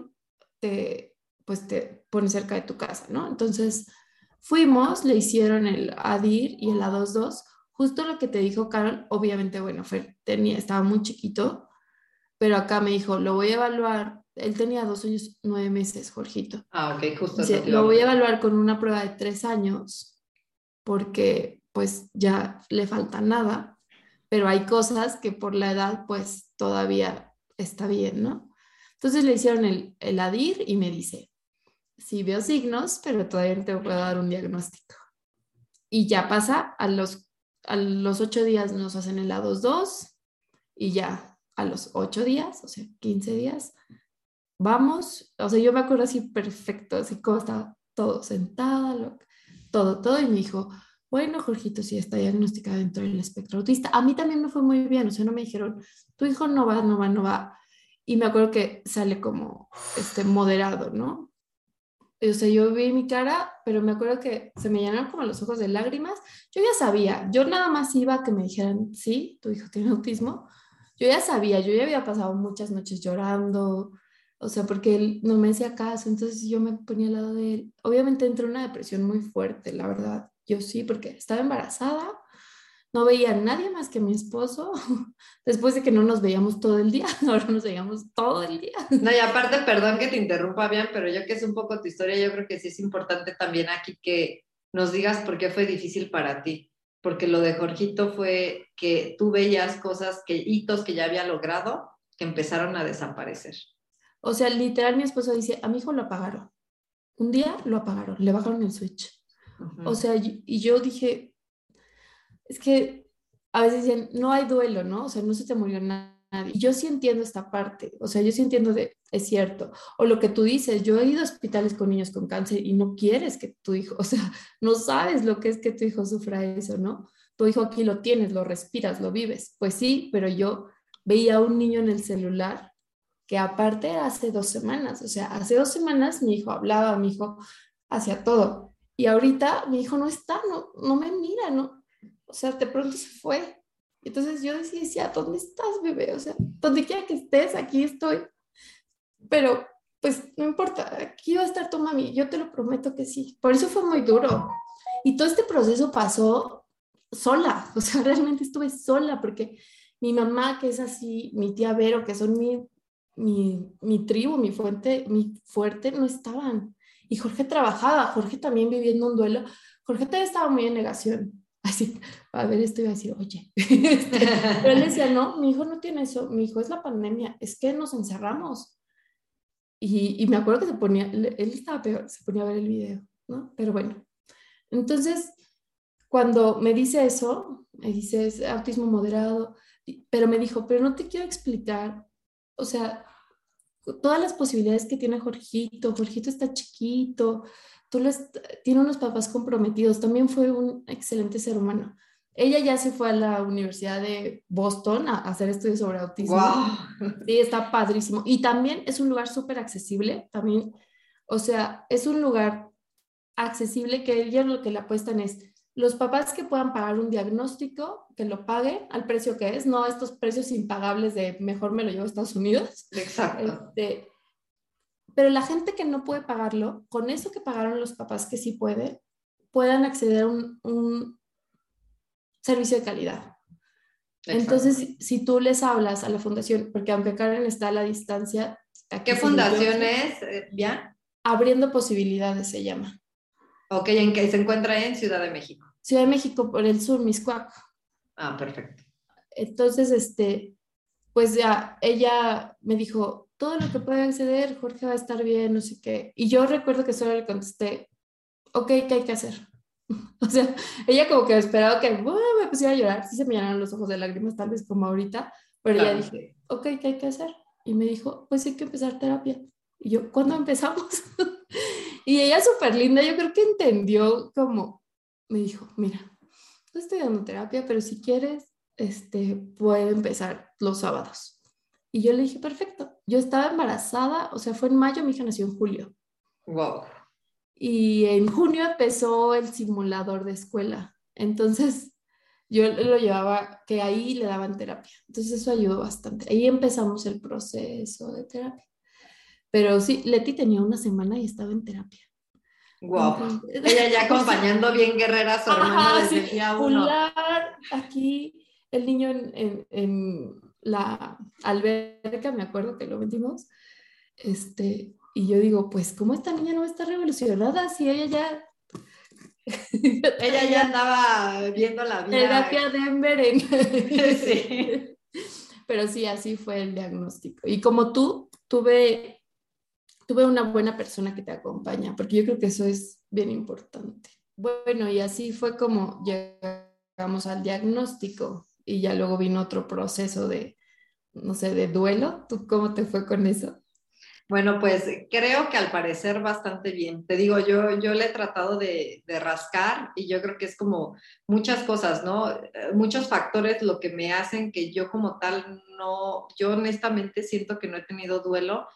pues te pone cerca de tu casa, ¿no? Entonces fuimos, le hicieron el ADIR y el A22, justo lo que te dijo Carol. Obviamente, bueno, estaba muy chiquito, pero acá me dijo, lo voy a evaluar. Él tenía 2 años, 9 meses, Jorgito. Ok, justo Dice, eso. lo voy a evaluar con una prueba de 3 años, porque pues ya le falta nada, pero hay cosas que por la edad pues todavía está bien, ¿no? Entonces le hicieron el ADIR y me dice, sí veo signos, pero todavía no te puedo dar un diagnóstico. Y ya pasa, a los 8 días nos hacen el A22 y ya a los 8 días, o sea, 15 días, vamos, o sea, yo me acuerdo así perfecto, así como estaba todo sentada, todo, y me dijo, bueno, Jorgito, sí está diagnosticado dentro del espectro autista. A mí también me fue muy bien, o sea, no me dijeron, tu hijo no va, no va, no va. Y me acuerdo que sale como moderado, ¿no? O sea, yo vi mi cara, pero me acuerdo que se me llenaron como los ojos de lágrimas. Yo ya sabía, yo nada más iba a que me dijeran, sí, tu hijo tiene autismo. Yo ya sabía, yo ya había pasado muchas noches llorando, o sea, porque él no me hacía caso, entonces yo me ponía al lado de él. Obviamente entré en una depresión muy fuerte, la verdad. Yo sí, porque estaba embarazada, no veía a nadie más que a mi esposo, después de que no nos veíamos todo el día, ahora nos veíamos todo el día. No, y aparte, perdón que te interrumpa, bien, pero yo que es un poco tu historia, yo creo que sí es importante también aquí que nos digas por qué fue difícil para ti, porque lo de Jorgito fue que tú veías cosas, hitos que ya había logrado, que empezaron a desaparecer. O sea, literal mi esposo dice, a mi hijo lo apagaron. Un día lo apagaron, le bajaron el switch. Uh-huh. O sea, y yo dije, es que a veces dicen, no hay duelo, ¿no? O sea, no se te murió nadie. Y yo sí entiendo esta parte, o sea, yo sí entiendo es cierto. O lo que tú dices, yo he ido a hospitales con niños con cáncer y no quieres que tu hijo, o sea, no sabes lo que es que tu hijo sufra eso, ¿no? Tu hijo aquí lo tienes, lo respiras, lo vives. Pues sí, pero yo veía a un niño en el celular que aparte era hace 2 semanas, o sea, hace 2 semanas mi hijo hablaba, mi hijo hacía todo. Y ahorita mi hijo no está, no me mira, no, o sea, de pronto se fue. Entonces yo decía, ¿dónde estás, bebé? O sea, donde quiera que estés, aquí estoy. Pero, pues, no importa, aquí va a estar tu mami, yo te lo prometo que sí. Por eso fue muy duro. Y todo este proceso pasó sola, o sea, realmente estuve sola, porque mi mamá, que es así, mi tía Vero, que son mi tribu, mi fuerte, no estaban. Y Jorge trabajaba, Jorge también viviendo un duelo. Jorge también estaba muy en negación. Así, a ver, esto iba a decir, oye. Pero él decía, no, mi hijo no tiene eso, mi hijo es la pandemia, es que nos encerramos. Y me acuerdo que él estaba peor, se ponía a ver el video, ¿no? Pero bueno, entonces, cuando me dice eso, me dice, es autismo moderado, pero me dijo, pero no te quiero explicar, o sea, todas las posibilidades que tiene Jorgito. Jorgito está chiquito, tiene unos papás comprometidos, también fue un excelente ser humano. Ella ya se fue a la Universidad de Boston a hacer estudios sobre autismo. Wow. Sí, está padrísimo. Y también es un lugar súper accesible, también, o sea, es un lugar accesible que ellos lo que le apuestan es los papás que puedan pagar un diagnóstico, que lo paguen al precio que es, no estos precios impagables de mejor me lo llevo a Estados Unidos. Exacto. Pero la gente que no puede pagarlo, con eso que pagaron los papás que sí puedan acceder a un servicio de calidad. Exacto. Entonces, si tú les hablas a la fundación, porque aunque Karen está a la distancia... ¿Qué fundación es, ya? Abriendo Posibilidades se llama. Ok, ¿en qué se encuentra en Ciudad de México? Ciudad de México, por el sur, Mixcoac. Ah, perfecto. Entonces, pues ya ella me dijo, todo lo que pueda acceder, Jorge va a estar bien, no sé qué. Y yo recuerdo que solo le contesté, ok, ¿qué hay que hacer? O sea, ella como que esperaba que me pusiera a llorar, sí se me llenaron los ojos de lágrimas, tal vez como ahorita, pero Claro. ella dije, ok, ¿qué hay que hacer? Y me dijo, pues hay que empezar terapia. Y yo, ¿cuándo empezamos? Y ella súper linda, yo creo que entendió como, me dijo, mira, no estoy dando terapia, pero si quieres, puedo empezar los sábados. Y yo le dije, perfecto. Yo estaba embarazada, o sea, fue en mayo, mi hija nació en julio. Wow. Y en junio empezó el simulador de escuela. Entonces, yo lo llevaba, que ahí le daban terapia. Entonces, eso ayudó bastante. Ahí empezamos el proceso de terapia. Pero sí, Leti tenía una semana y estaba en terapia. Wow. Entonces, Ella ya acompañando bien guerrera a su hermano desde el día uno. Aquí el niño en la alberca, me acuerdo que lo metimos, y yo digo, pues, ¿cómo esta niña no está revolucionada si ella ya... Ella ya andaba viendo la vida. Terapia Denver Sí. Pero sí, así fue el diagnóstico. Y como tú, tuve una buena persona que te acompaña, porque yo creo que eso es bien importante. Bueno, y así fue como llegamos al diagnóstico y ya luego vino otro proceso de, no sé, de duelo. ¿Tú cómo te fue con eso? Bueno, pues creo que al parecer bastante bien. Te digo, yo le he tratado de rascar y yo creo que es como muchas cosas, ¿no? Muchos factores lo que me hacen que yo como tal no, yo honestamente siento que no he tenido duelo.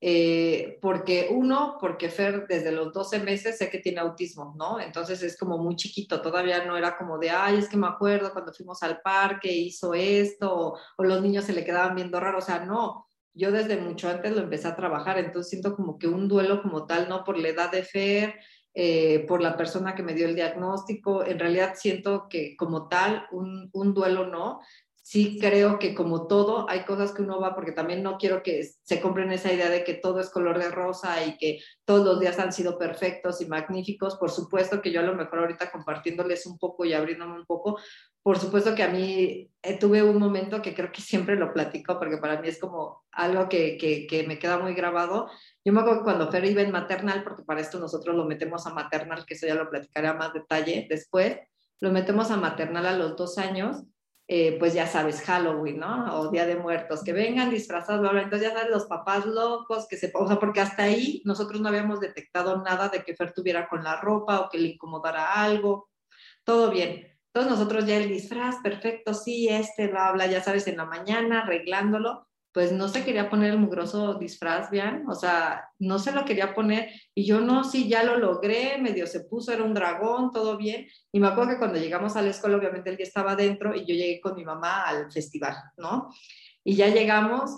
Porque Fer desde los 12 meses sé que tiene autismo, ¿no? Entonces es como muy chiquito, todavía no era como de, ay, es que me acuerdo cuando fuimos al parque hizo esto, o los niños se le quedaban viendo raro, o sea, no, yo desde mucho antes lo empecé a trabajar, entonces siento como que un duelo como tal, no por la edad de Fer, por la persona que me dio el diagnóstico, en realidad siento que como tal un duelo no. sí creo que como todo, hay cosas que uno va, porque también no quiero que se compren esa idea de que todo es color de rosa y que todos los días han sido perfectos y magníficos. Por supuesto que yo a lo mejor ahorita compartiéndoles un poco y abriéndome un poco, por supuesto que a mí tuve un momento que creo que siempre lo platico, porque para mí es como algo que me queda muy grabado. Yo me acuerdo que cuando Fer iba en maternal, porque para esto nosotros lo metemos a maternal, que eso ya lo platicaré a más detalle después, lo metemos a maternal a los 2 años. Pues ya sabes, Halloween, ¿no? O Día de Muertos, que vengan disfrazados, bla, bla. Entonces ya sabes, los papás locos, o sea, porque hasta ahí nosotros no habíamos detectado nada de que Fer tuviera con la ropa o que le incomodara algo, todo bien. Entonces nosotros ya el disfraz, perfecto, sí, bla, bla, ya sabes, en la mañana arreglándolo, pues no se quería poner el mugroso disfraz, ¿vean? O sea, no se lo quería poner y yo no, sí, ya lo logré, medio se puso, era un dragón, todo bien. Y me acuerdo que cuando llegamos a la escuela, obviamente él ya estaba dentro y yo llegué con mi mamá al festival, ¿no? Y ya llegamos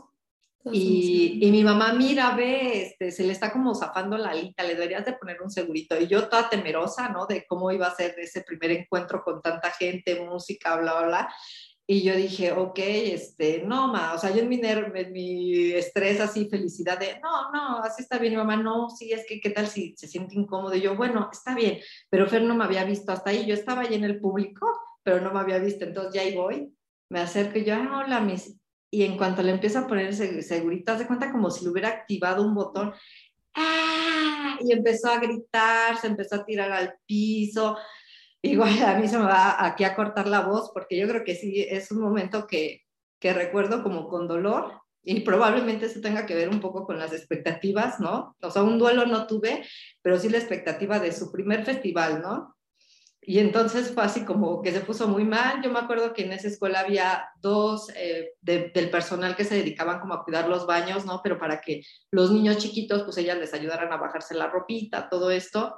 y mi mamá, mira, ve, se le está como zafando la alita, le deberías de poner un segurito. Y yo toda temerosa, ¿no? De cómo iba a ser ese primer encuentro con tanta gente, música, bla, bla, bla. Y yo dije, ok, no, ma, o sea, yo en mi estrés así, felicidad de, no, no, así está bien. Mi mamá, no, sí, es que, ¿qué tal si se siente incómodo? Y yo, bueno, está bien. Pero Fer no me había visto hasta ahí. Yo estaba ahí en el público, pero no me había visto. Entonces ya ahí voy, me acerco y yo, hola, mis y en cuanto le empieza a poner segurito, haz de cuenta como si le hubiera activado un botón. ¡Ah! Y empezó a gritar, se empezó a tirar al piso. Igual a mí se me va aquí a cortar la voz, porque yo creo que sí, es un momento que recuerdo como con dolor, y probablemente eso tenga que ver un poco con las expectativas, ¿no? O sea, un duelo no tuve, pero sí la expectativa de su primer festival, ¿no? Y entonces fue así como que se puso muy mal. Yo me acuerdo que en esa escuela había dos del personal que se dedicaban como a cuidar los baños, ¿no? Pero para que los niños chiquitos, pues ellas les ayudaran a bajarse la ropita, todo esto.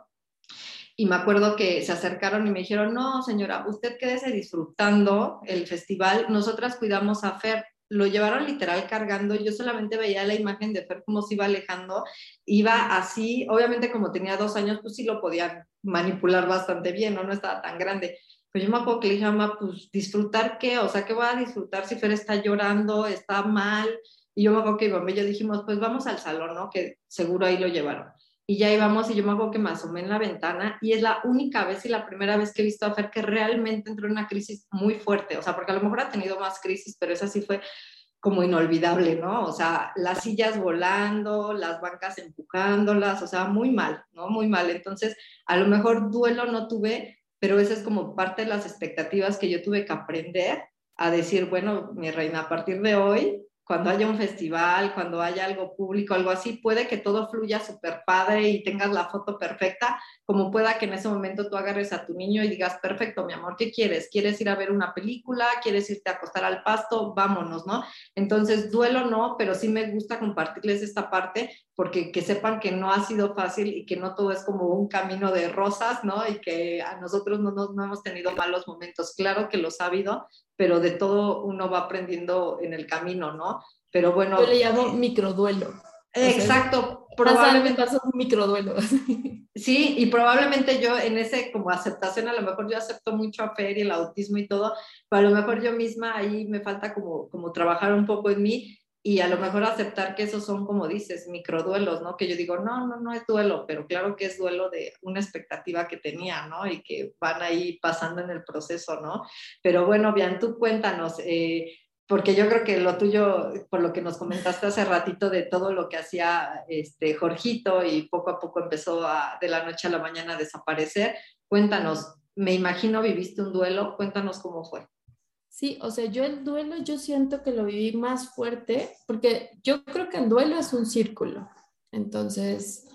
Y me acuerdo que se acercaron y me dijeron, no, señora, usted quédese disfrutando el festival, nosotras cuidamos a Fer. Lo llevaron literal cargando, yo solamente veía la imagen de Fer cómo se iba alejando, iba así, obviamente como tenía 2 años, pues sí lo podían manipular bastante bien, ¿no? No estaba tan grande. Pero yo me acuerdo que le dije a mamá, pues disfrutar qué, o sea, ¿qué voy a disfrutar si Fer está llorando, está mal? Y yo me acuerdo que mi mamá y yo dijimos, pues vamos al salón, ¿no? Que seguro ahí lo llevaron. Y ya íbamos y yo me acuerdo que me asomé en la ventana y es la única vez y la primera vez que he visto a Fer que realmente entró en una crisis muy fuerte, o sea, porque a lo mejor ha tenido más crisis, pero esa sí fue como inolvidable, ¿no? O sea, las sillas volando, las bancas empujándolas, o sea, muy mal, ¿no? Muy mal. Entonces, a lo mejor duelo no tuve, pero esa es como parte de las expectativas que yo tuve que aprender a decir, bueno, mi reina, a partir de hoy cuando haya un festival, cuando haya algo público, algo así, puede que todo fluya súper padre y tengas la foto perfecta, como pueda que en ese momento tú agarres a tu niño y digas, perfecto, mi amor, ¿qué quieres? ¿Quieres ir a ver una película? ¿Quieres irte a acostar al pasto? Vámonos, ¿no? Entonces, duelo no, pero sí me gusta compartirles esta parte porque que sepan que no ha sido fácil y que no todo es como un camino de rosas, ¿no? Y que a nosotros no hemos tenido malos momentos. Claro que los ha habido, pero de todo uno va aprendiendo en el camino, ¿no? Pero bueno. Yo le llamo microduelo. Exacto, probablemente probablemente. pasó un microduelo. Sí, y probablemente yo en ese como aceptación, a lo mejor yo acepto mucho a Fer y el autismo y todo, pero a lo mejor yo misma ahí me falta como trabajar un poco en mí y a lo mejor aceptar que esos son, como dices, microduelos, ¿no? Que yo digo, no es duelo, pero claro que es duelo de una expectativa que tenía, ¿no? Y que van ahí pasando en el proceso, ¿no? Pero bueno, Bian, tú cuéntanos, porque yo creo que lo tuyo, por lo que nos comentaste hace ratito de todo lo que hacía Jorgito y poco a poco empezó de la noche a la mañana a desaparecer, cuéntanos, me imagino viviste un duelo, cuéntanos cómo fue. Sí, o sea, yo el duelo, yo siento que lo viví más fuerte, porque yo creo que el duelo es un círculo. Entonces,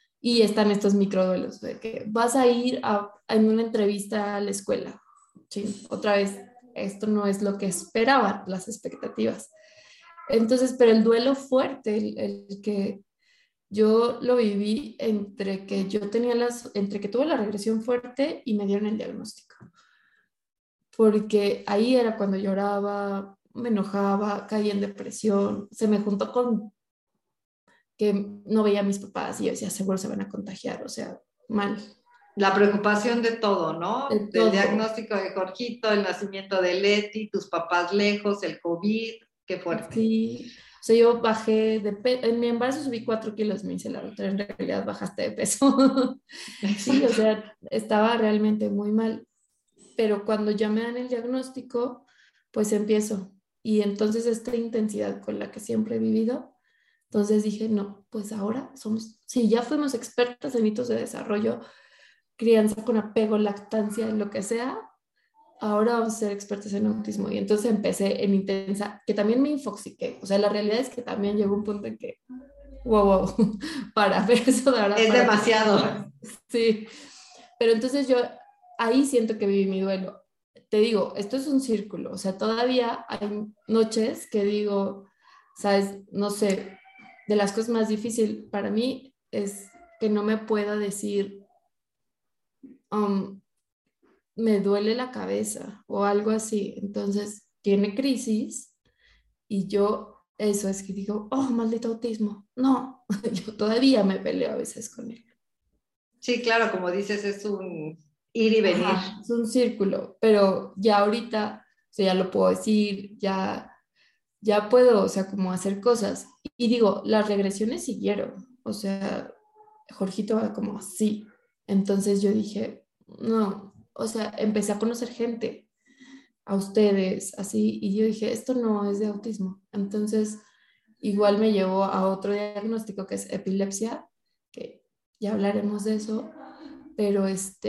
y están estos microduelos, de que vas a ir en una entrevista a la escuela. Sí, otra vez, esto no es lo que esperaban las expectativas. Entonces, pero el duelo fuerte, el que yo lo viví entre que entre que tuve la regresión fuerte y me dieron el diagnóstico, porque ahí era cuando lloraba, me enojaba, caía en depresión, se me juntó con que no veía a mis papás y yo decía, seguro se van a contagiar, o sea, mal. La preocupación de todo, ¿no? de Del todo. diagnóstico de Jorgito, el nacimiento de Leti, tus papás lejos, el COVID, qué fuerte. Sí, o sea, yo bajé en mi embarazo subí 4 kilos, me dice la doctora, en realidad bajaste de peso. Sí, o Exacto. sea, estaba realmente muy mal, pero cuando ya me dan el diagnóstico, pues empiezo. Y entonces esta intensidad con la que siempre he vivido, entonces dije, no, pues ahora somos, sí, ya fuimos expertas en hitos de desarrollo, crianza con apego, lactancia, lo que sea, ahora vamos a ser expertos en autismo. Y entonces empecé en intensa, que también me infoxiqué. O sea, la realidad es que también llegó un punto en que, wow, wow, para ver eso de ahora, Es para ti. demasiado. Sí, pero entonces yo ahí siento que viví mi duelo. Te digo, esto es un círculo, o sea, todavía hay noches que digo, sabes, no sé, de las cosas más difíciles para mí es que no me pueda decir, um, me duele la cabeza o algo así. Entonces tiene crisis y yo, eso es que digo, oh, maldito autismo. No, yo todavía me peleo a veces con él. Sí, claro, como dices, es un ir y venir. Ajá, es un círculo, pero ya ahorita, o sea, ya lo puedo decir, ya puedo, o sea, como hacer cosas. Y digo, las regresiones siguieron, o sea, Jorgito va como así. Entonces yo dije, no, o sea, empecé a conocer gente, a ustedes, así, y yo dije, esto no es de autismo. Entonces, igual me llevó a otro diagnóstico que es epilepsia, que ya hablaremos de eso, pero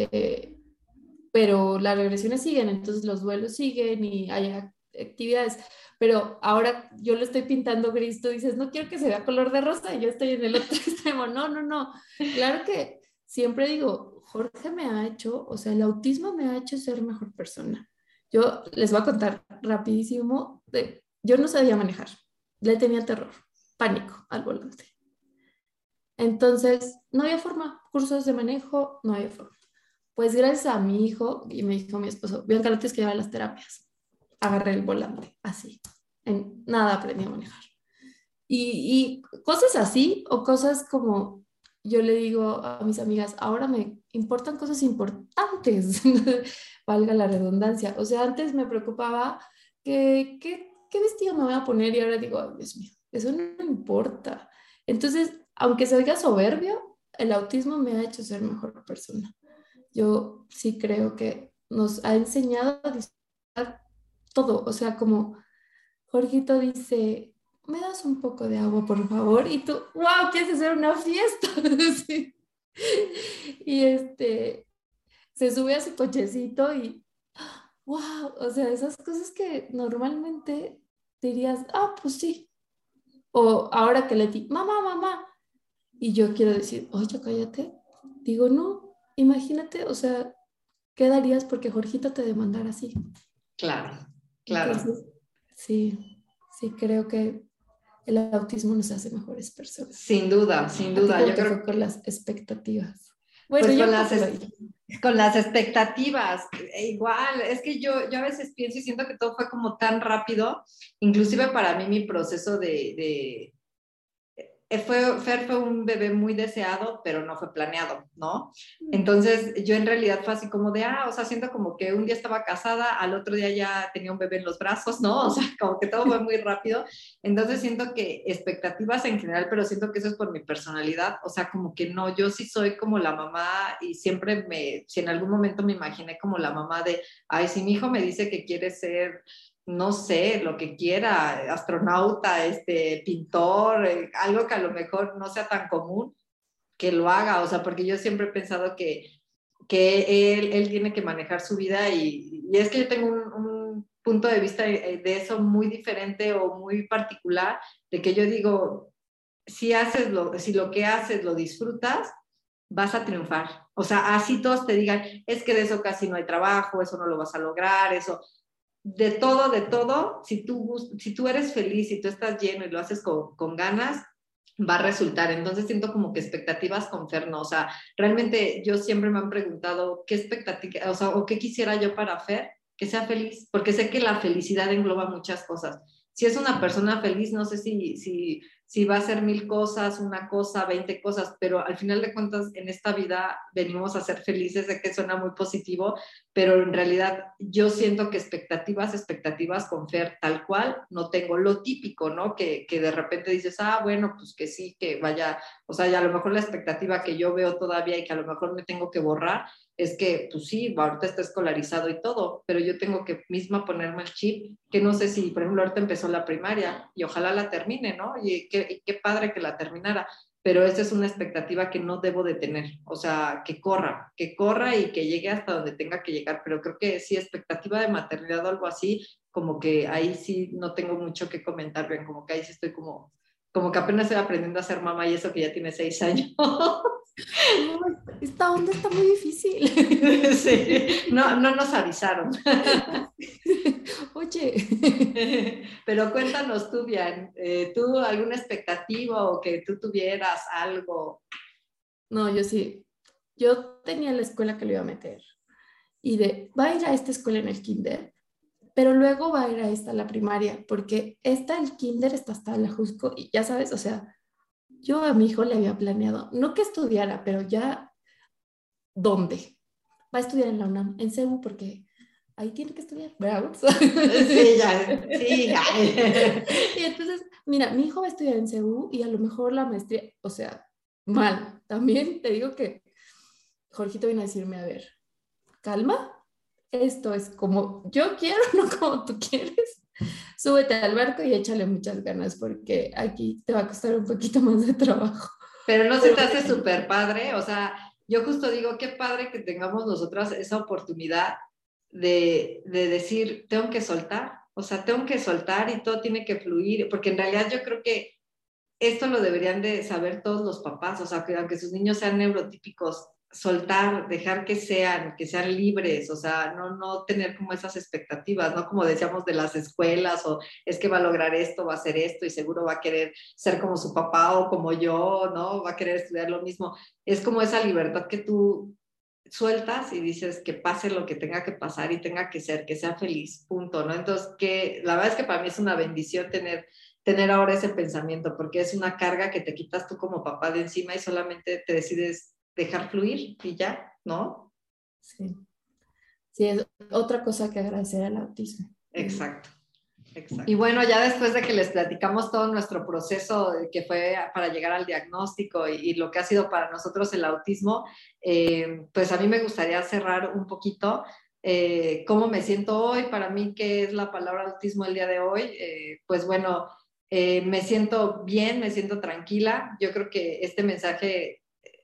pero las regresiones siguen, entonces los duelos siguen y hay actividades. Pero ahora yo lo estoy pintando gris, tú dices, no quiero que se vea color de rosa y yo estoy en el otro extremo. No, no, no. Claro que siempre digo, Jorge me ha hecho, o sea, el autismo me ha hecho ser mejor persona. Yo les voy a contar rapidísimo, yo no sabía manejar, le tenía terror, pánico al volante. Entonces, no había forma, cursos de manejo, no había forma. Pues gracias a mi hijo, y me dijo mi esposo, Bianca, no tienes que llevar las terapias. Agarré el volante, así. En nada aprendí a manejar. Y cosas así, o cosas como yo le digo a mis amigas, ahora me importan cosas importantes, valga la redundancia. O sea, antes me preocupaba qué vestido me voy a poner y ahora digo, "Ay, Dios mío, eso no importa". Entonces, aunque se oiga soberbio, el autismo me ha hecho ser mejor persona. Yo sí creo que nos ha enseñado a disfrutar todo. O sea, como Jorgito dice, ¿me das un poco de agua, por favor? Y tú, wow, ¿quieres hacer una fiesta? Sí. Y se sube a su cochecito y, wow, o sea, esas cosas que normalmente dirías, ah, pues sí. O ahora que le di, mamá, mamá. Y yo quiero decir, oye, cállate. Digo, no, imagínate, o sea, ¿qué darías porque Jorgito te demandara así? Claro, claro. Entonces, sí, sí creo que el autismo nos hace mejores personas. Sin duda, sin ¿A ti duda. cómo Yo te creo fue con que, las expectativas? Bueno, pues yo un poco lo dije. con las expectativas, igual, es que yo a veces pienso y siento que todo fue como tan rápido, inclusive para mí mi proceso Fer fue un bebé muy deseado, pero no fue planeado, ¿no? Entonces yo en realidad fue así como de, o sea, siento como que un día estaba casada, al otro día ya tenía un bebé en los brazos, ¿no? O sea, como que todo fue muy rápido. Entonces siento que expectativas en general, pero siento que eso es por mi personalidad, o sea, como que no, yo sí soy como la mamá y siempre si en algún momento me imaginé como la mamá de, ay, si mi hijo me dice que quiere ser no sé, lo que quiera, astronauta, pintor, algo que a lo mejor no sea tan común, que lo haga, o sea, porque yo siempre he pensado que él tiene que manejar su vida y es que yo tengo un punto de vista de eso muy diferente o muy particular, de que yo digo, si lo que haces lo disfrutas, vas a triunfar. O sea, así todos te digan, es que de eso casi no hay trabajo, eso no lo vas a lograr, eso de todo, si tú eres feliz, si tú estás lleno y lo haces con ganas, va a resultar. Entonces siento como que expectativas con Fer, no, o sea, realmente yo siempre me han preguntado qué expectativa, o sea, o qué quisiera yo para Fer, que sea feliz, porque sé que la felicidad engloba muchas cosas. Si es una persona feliz, no sé si si va a ser 1000 cosas, una cosa, 20 cosas, pero al final de cuentas en esta vida venimos a ser felices, sé que suena muy positivo, pero en realidad yo siento que expectativas con Fer tal cual no tengo, lo típico, ¿no? Que de repente dices, bueno, pues que sí, que vaya, o sea, y a lo mejor la expectativa que yo veo todavía y que a lo mejor me tengo que borrar es que, pues sí, ahorita está escolarizado y todo, pero yo tengo que misma ponerme el chip, que no sé si, por ejemplo, ahorita empezó la primaria y ojalá la termine, ¿no? Y qué padre que la terminara, pero esa es una expectativa que no debo de tener, o sea, que corra y que llegue hasta donde tenga que llegar, pero creo que sí, expectativa de maternidad o algo así, como que ahí sí no tengo mucho que comentar, bien, como que ahí sí estoy como que apenas estoy aprendiendo a ser mamá y eso que ya tiene 6 años. No, esta onda está muy difícil. Sí, no nos avisaron. Oye. Pero cuéntanos tú, Bian, ¿tú alguna expectativa o que tú tuvieras algo? No, yo sí. Yo tenía la escuela que lo iba a meter y va a ir a esta escuela en el kinder, pero luego va a ir a esta, la primaria, porque el kinder está hasta la Jusco y ya sabes, o sea, yo a mi hijo le había planeado, no que estudiara, pero ya, ¿dónde? Va a estudiar en la UNAM, en CEU, porque ahí tiene que estudiar, ¿verdad? Sí, ya, sí, ya. Y entonces, mira, mi hijo va a estudiar en CEU y a lo mejor la maestría, o sea, mal. También te digo que Jorgito vino a decirme, a ver, calma, esto es como yo quiero, no como tú quieres. Súbete al barco y échale muchas ganas porque aquí te va a costar un poquito más de trabajo. Pero no se te hace súper padre, o sea, yo justo digo, qué padre que tengamos nosotras esa oportunidad de decir, tengo que soltar, o sea, tengo que soltar y todo tiene que fluir, porque en realidad yo creo que esto lo deberían de saber todos los papás, o sea, que aunque sus niños sean neurotípicos, soltar, dejar que sean libres, o sea, no tener como esas expectativas, ¿no? Como decíamos de las escuelas, o es que va a lograr esto, va a hacer esto, y seguro va a querer ser como su papá o como yo, ¿no? Va a querer estudiar lo mismo. Es como esa libertad que tú sueltas y dices que pase lo que tenga que pasar y tenga que ser, que sea feliz, punto, ¿no? Entonces, que la verdad es que para mí es una bendición tener ahora ese pensamiento, porque es una carga que te quitas tú como papá de encima y solamente te decides dejar fluir y ya, ¿no? Sí, sí, es otra cosa que agradecer al autismo. Exacto. Exacto. Y bueno, ya después de que les platicamos todo nuestro proceso que fue para llegar al diagnóstico y lo que ha sido para nosotros el autismo, pues a mí me gustaría cerrar un poquito cómo me siento hoy, para mí qué es la palabra autismo el día de hoy. Pues bueno, me siento bien, me siento tranquila. Yo creo que este mensaje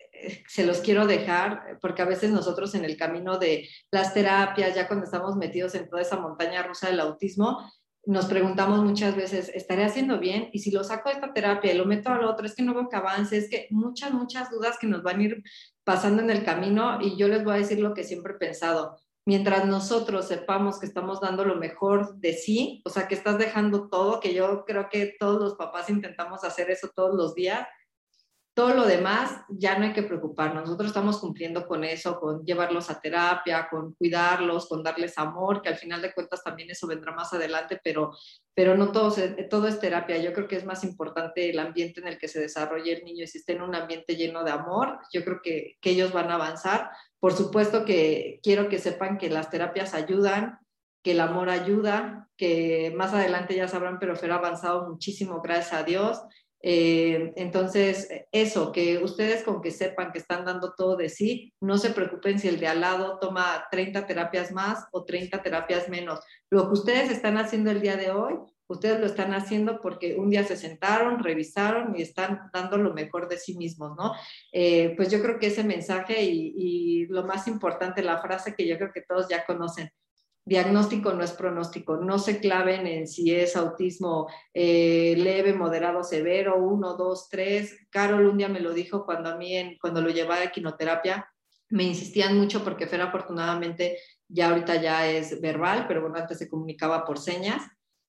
se los quiero dejar, porque a veces nosotros en el camino de las terapias, ya cuando estamos metidos en toda esa montaña rusa del autismo, nos preguntamos muchas veces, ¿estaré haciendo bien? Y si lo saco de esta terapia y lo meto al otro, es que no veo que avance, es que muchas dudas que nos van a ir pasando en el camino, y yo les voy a decir lo que siempre he pensado. Mientras nosotros sepamos que estamos dando lo mejor de sí, o sea, que estás dejando todo, que yo creo que todos los papás intentamos hacer eso todos los días, todo lo demás ya no hay que preocuparnos. Nosotros estamos cumpliendo con eso, con llevarlos a terapia, con cuidarlos, con darles amor, que al final de cuentas también eso vendrá más adelante, pero no todo es terapia. Yo creo que es más importante el ambiente en el que se desarrolle el niño, y si está en un ambiente lleno de amor, yo creo que ellos van a avanzar. Por supuesto que quiero que sepan que las terapias ayudan, que el amor ayuda, que más adelante ya sabrán, pero Fer ha avanzado muchísimo, gracias a Dios. Entonces, eso, que ustedes con que sepan que están dando todo de sí, no se preocupen si el de al lado toma 30 terapias más o 30 terapias menos. Lo que ustedes están haciendo el día de hoy, ustedes lo están haciendo porque un día se sentaron, revisaron y están dando lo mejor de sí mismos, ¿no? Pues yo creo que ese mensaje y lo más importante, la frase que yo creo que todos ya conocen: diagnóstico no es pronóstico. No se claven en si es autismo leve, moderado, severo, 1, 2, 3. Carol un día me lo dijo cuando lo llevaba a quimioterapia. Me insistían mucho porque Fer afortunadamente ya ahorita ya es verbal, pero bueno, antes se comunicaba por señas.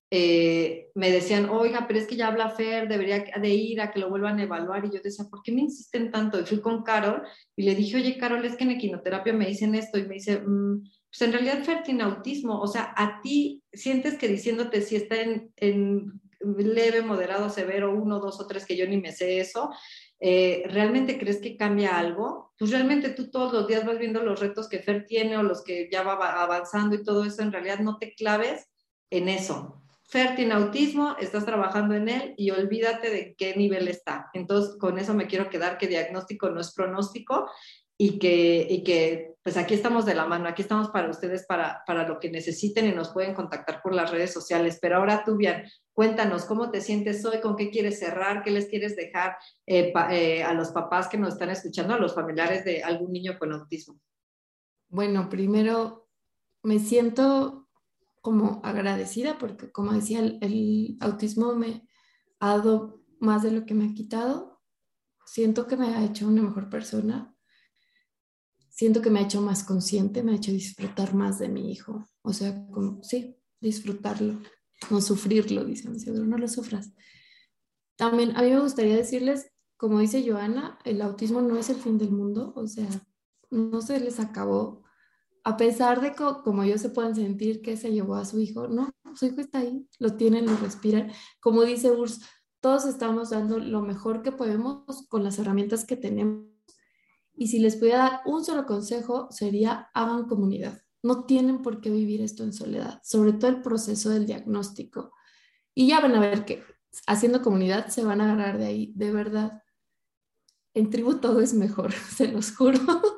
Me decían, oiga, pero es que ya habla Fer, debería de ir a que lo vuelvan a evaluar. Y yo decía, ¿por qué me insisten tanto? Y fui con Carol y le dije, oye, Carol, es que en equinoterapia me dicen esto. Y me dice, pues en realidad Fer tiene autismo. O sea, a ti sientes que diciéndote si está en leve, moderado, severo, 1, 2 o 3, que yo ni me sé eso, ¿realmente crees que cambia algo? Pues realmente tú todos los días vas viendo los retos que Fer tiene o los que ya va avanzando y todo eso, en realidad no te claves en eso. Fer tiene autismo, estás trabajando en él y olvídate de qué nivel está. Entonces, con eso me quiero quedar, que diagnóstico no es pronóstico y que pues aquí estamos de la mano, aquí estamos para ustedes, para lo que necesiten y nos pueden contactar por las redes sociales. Pero ahora tú, Bian, cuéntanos cómo te sientes hoy, con qué quieres cerrar, qué les quieres dejar a los papás que nos están escuchando, a los familiares de algún niño con autismo. Bueno, primero me siento como agradecida porque, como decía, el autismo me ha dado más de lo que me ha quitado. Siento que me ha hecho una mejor persona. Siento que me ha hecho más consciente, me ha hecho disfrutar más de mi hijo. O sea, como, sí, disfrutarlo, no sufrirlo, dice mi suegro, no lo sufras. También a mí me gustaría decirles, como dice Joana, el autismo no es el fin del mundo, o sea, no se les acabó. A pesar de como ellos se puedan sentir que se llevó a su hijo, no, su hijo está ahí, lo tienen, lo respiran. Como dice Urs, todos estamos dando lo mejor que podemos con las herramientas que tenemos. Y si les pudiera dar un solo consejo, sería hagan comunidad. No tienen por qué vivir esto en soledad, sobre todo el proceso del diagnóstico. Y ya van a ver que haciendo comunidad se van a agarrar de ahí, de verdad. En tribu todo es mejor, se los juro.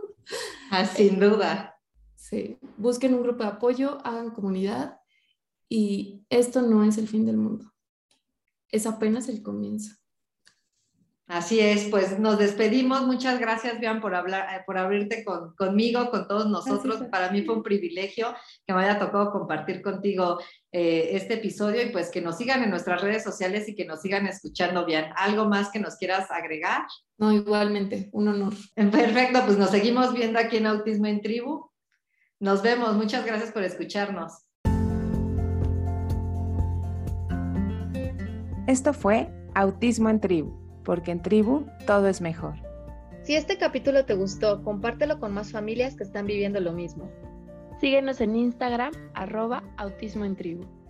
Sin duda. Sí, busquen un grupo de apoyo, hagan comunidad y esto no es el fin del mundo. Es apenas el comienzo. Así es, pues nos despedimos. Muchas gracias, Bian, por abrirte conmigo, con todos nosotros. Gracias. Para mí fue un privilegio que me haya tocado compartir contigo este episodio y pues que nos sigan en nuestras redes sociales y que nos sigan escuchando, Bian. ¿Algo más que nos quieras agregar? No, igualmente, un honor. Perfecto, pues nos seguimos viendo aquí en Autismo en Tribu. Nos vemos, muchas gracias por escucharnos. Esto fue Autismo en Tribu, porque en tribu todo es mejor. Si este capítulo te gustó, compártelo con más familias que están viviendo lo mismo. Síguenos en Instagram, @autismoentribu.